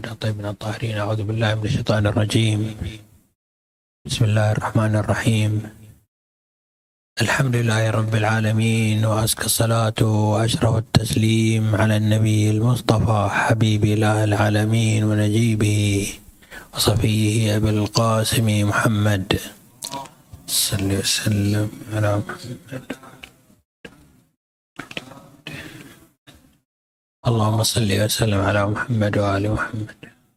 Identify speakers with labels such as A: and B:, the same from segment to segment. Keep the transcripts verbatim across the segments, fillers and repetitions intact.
A: محمد الطيبين الطاهرين. أعوذ بالله من الشيطان الرجيم. بسم الله الرحمن الرحيم. الحمد لله رب العالمين، وأزكى الصلاة وأشرف التسليم على النبي المصطفى حبيب الله العالمين ونجيبه وصفيه أبي القاسم محمد صلى وسلم على محمد. اللهم صل وسلم على محمد وآل محمد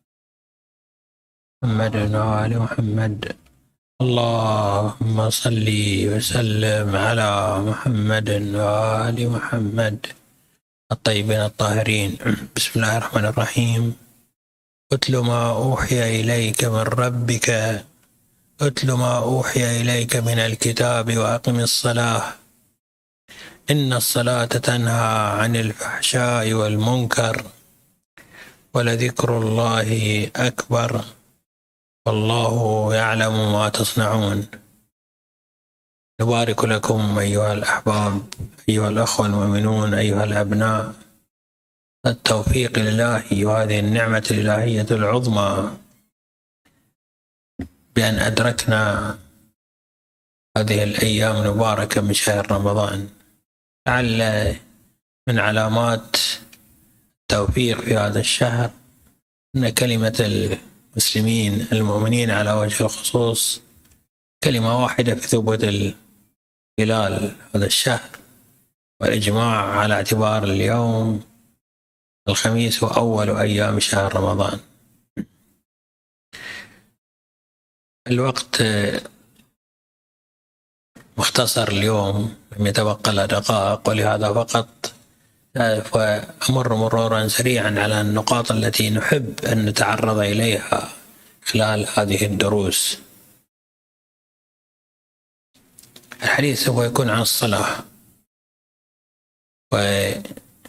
A: محمد وآل محمد. اللهم صل وسلم على محمد وآل محمد الطيبين الطاهرين. بسم الله الرحمن الرحيم. اتل ما أوحي إليك من ربك اتل ما أوحي إليك من الكتاب وأقم الصلاة إن الصلاة تنهى عن الفحشاء والمنكر ولذكر الله أكبر والله يعلم ما تصنعون. نبارك لكم أيها الأحباب، أيها الأخوة المؤمنون، أيها الأبناء، التوفيق لله وهذه النعمة الإلهية العظمى بأن أدركنا هذه الأيام المباركة من شهر رمضان. لعل من علامات التوفيق في هذا الشهر أن كلمة المسلمين المؤمنين على وجه الخصوص كلمة واحدة في ثبوت الهلال هذا الشهر، والإجماع على اعتبار اليوم الخميس وأول أيام شهر رمضان. الوقت مختصر اليوم، لم يتبقى إلا دقائق، ولهذا فقط فأمر مرورا سريعا على النقاط التي نحب أن نتعرض إليها خلال هذه الدروس. الحديث سوف يكون عن الصلاة، وهذا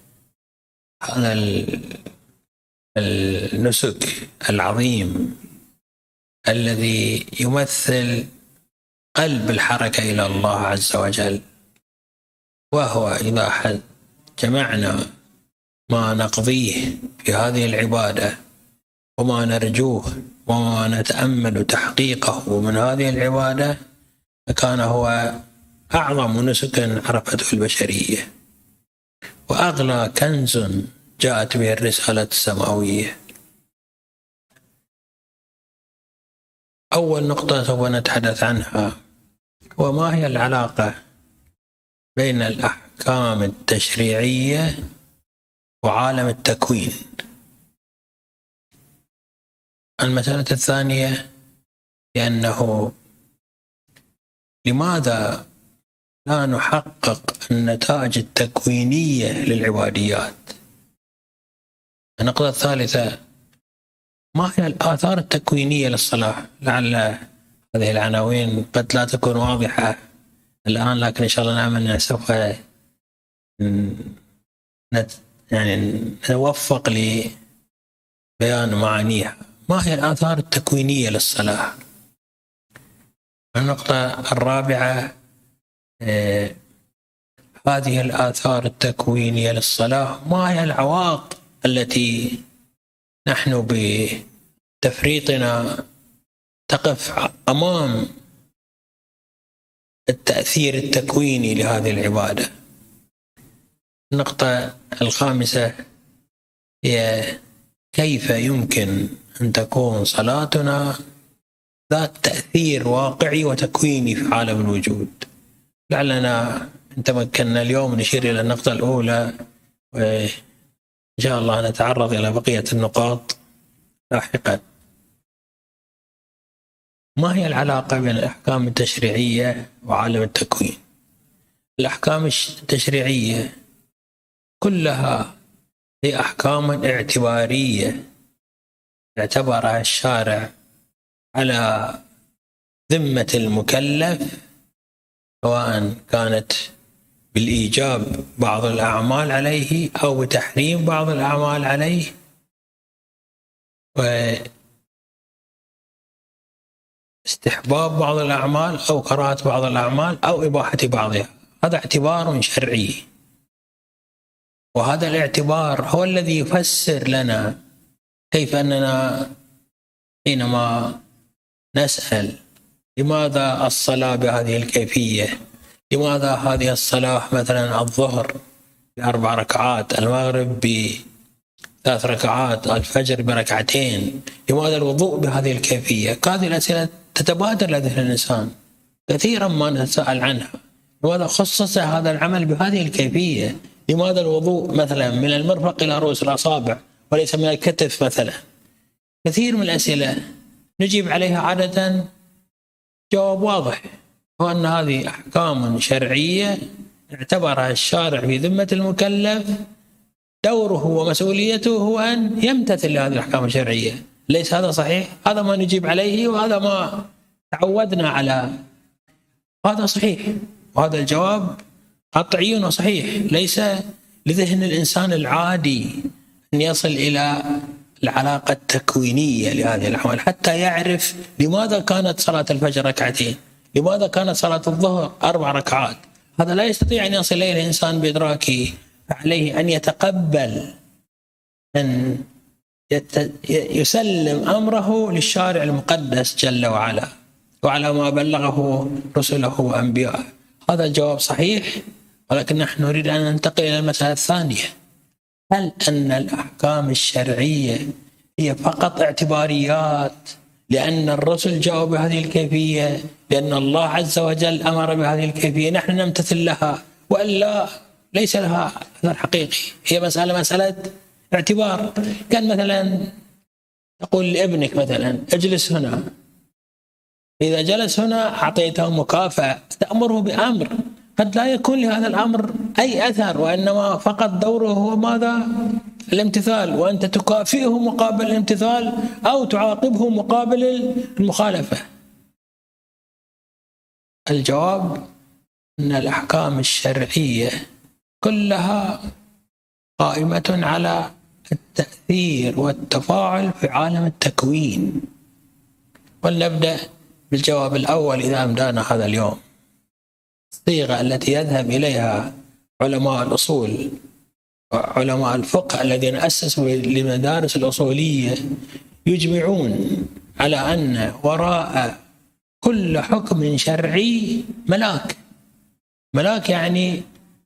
A: النسك العظيم الذي يمثل قلب الحركة إلى الله عز وجل، وهو إذا جمعنا ما نقضيه في هذه العبادة وما نرجوه وما نتأمل تحقيقه من هذه العبادة فكان هو أعظم نسك عرفته البشرية وأغلى كنز جاءت به الرسالة السماوية. أول نقطة سوف نتحدث عنها وما هي العلاقة بين الأحكام التشريعية وعالم التكوين. المسألة الثانية لأنه لماذا لا نحقق النتائج التكوينية للعباديات. النقطة الثالثة ما هي الآثار التكوينية للصلاة. لعل هذه العناوين قد لا تكون واضحة الآن، لكن إن شاء الله نعمل سوف نت يعني نوفق لبيان معانيها. ما هي الآثار التكوينية للصلاة؟ النقطة الرابعة آه هذه الآثار التكوينية للصلاة ما هي العوائق التي نحن بتفريطنا تقف أمام التأثير التكويني لهذه العبادة. النقطة الخامسة هي كيف يمكن أن تكون صلاتنا ذات تأثير واقعي وتكويني في عالم الوجود. لعلنا إن تمكنا اليوم نشير إلى النقطة الأولى، وإن شاء الله نتعرض إلى بقية النقاط لاحقا. ما هي العلاقة بين الأحكام التشريعية وعالم التكوين؟ الأحكام التشريعية كلها هي أحكام اعتبارية اعتبرها الشارع على ذمة المكلف، سواء كانت بالإيجاب بعض الأعمال عليه أو بتحريم بعض الأعمال عليه، واستحباب بعض الأعمال أو كراهة بعض الأعمال أو إباحة بعضها. هذا اعتبار شرعي، وهذا الاعتبار هو الذي يفسر لنا كيف أننا حينما نسأل لماذا الصلاة بهذه الكيفية، لماذا هذه الصلاة مثلا الظهر بأربع ركعات، المغرب بثلاث ركعات، الفجر بركعتين، لماذا الوضوء بهذه الكيفية؟ هذه الأسئلة تتبادر لذهن الإنسان كثيرا ما نتساءل عنها. لماذا خصص هذا العمل بهذه الكيفية؟ لماذا الوضوء مثلا من المرفق إلى رؤوس الأصابع وليس من الكتف مثلا؟ كثير من الأسئلة نجيب عليها عادة جواب واضح، هو أن هذه أحكام شرعية اعتبرها الشارع في ذمة المكلف، دوره ومسؤوليته هو أن يمتثل لهذه الأحكام الشرعية. ليس هذا صحيح؟ هذا ما نجيب عليه وهذا ما تعودنا على، هذا صحيح، وهذا الجواب قطعي وصحيح. ليس لذهن الإنسان العادي أن يصل إلى العلاقة التكوينية لهذه الأحوال حتى يعرف لماذا كانت صلاة الفجر ركعتين، لماذا كانت صلاة الظهر أربع ركعات. هذا لا يستطيع أن يصل إليه الإنسان بإدراكه، فعليه أن يتقبل، أن يسلم أمره للشارع المقدس جل وعلا وعلى ما بلغه رسله وأنبياءه. هذا الجواب صحيح، ولكن نحن نريد أن ننتقل إلى المسألة الثانية. هل أن الأحكام الشرعية هي فقط اعتباريات لأن الرسل جاءوا بهذه الكيفية، لأن الله عز وجل أمر بهذه الكيفية نحن نمتثل لها، وإلا ليس لها أثر حقيقي؟ هي مسألة مسألة اعتبار. كان مثلا تقول لابنك مثلا اجلس هنا، إذا جلس هنا أعطيته مكافأة، تأمره بأمر قد لا يكون لهذا الأمر أي أثر، وإنما فقط دوره هو ماذا؟ الامتثال، وأنت تكافئه مقابل الامتثال أو تعاقبه مقابل المخالفة. الجواب أن الأحكام الشرعية كلها قائمة على التأثير والتفاعل في عالم التكوين. ولنبدأ بالجواب الأول إذا أمدانا هذا اليوم. الصيغة التي يذهب إليها علماء الأصول وعلماء الفقه الذين أسسوا لمدارس الأصولية يجمعون على أن وراء كل حكم شرعي ملاك. ملاك يعني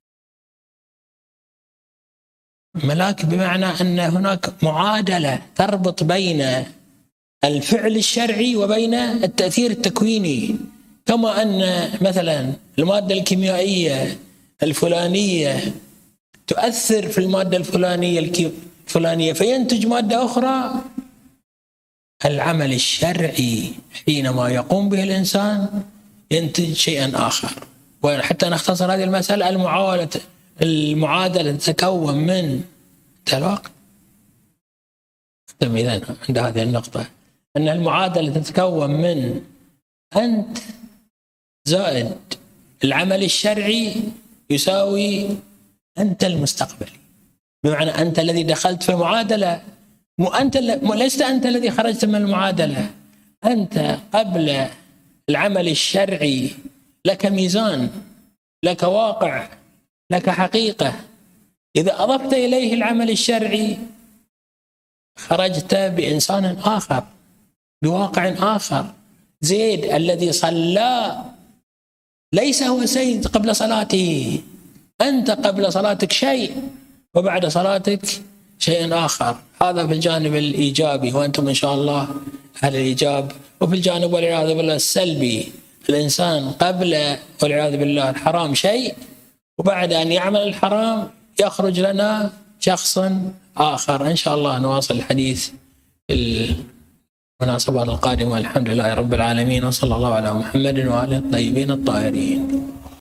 A: ملاك بمعنى أن هناك معادلة تربط بين الفعل الشرعي وبين التأثير التكويني. كما أن مثلا المادة الكيميائية الفلانية تؤثر في المادة الفلانية الفلانية فينتج مادة أخرى، العمل الشرعي حينما يقوم به الإنسان ينتج شيئا آخر. وحتى نختصر هذه المسألة، المعادلة المعادلة تتكون من الوقت إذن عند هذه النقطة أن المعادلة تتكون من أنت زائد العمل الشرعي يساوي أنت المستقبلي. بمعنى أنت الذي دخلت في المعادلة، مو أنت لست أنت الذي خرجت من المعادلة. أنت قبل العمل الشرعي لك ميزان، لك واقع، لك حقيقة. إذا أضفت إليه العمل الشرعي خرجت بإنسان آخر، بواقع آخر. زيد الذي صلى ليس هو سيد قبل صلاته، أنت قبل صلاتك شيء وبعد صلاتك شيء آخر. هذا في الجانب الإيجابي، وأنتم إن شاء الله أهل الإيجاب. وفي الجانب والعياذ بالله السلبي، الإنسان قبل والعياذ بالله الحرام شيء، وبعد أن يعمل الحرام يخرج لنا شخص آخر. إن شاء الله نواصل الحديث في المناسبات القادمة. الحمد لله رب العالمين، وصلى الله على محمد وآله الطيبين الطاهرين.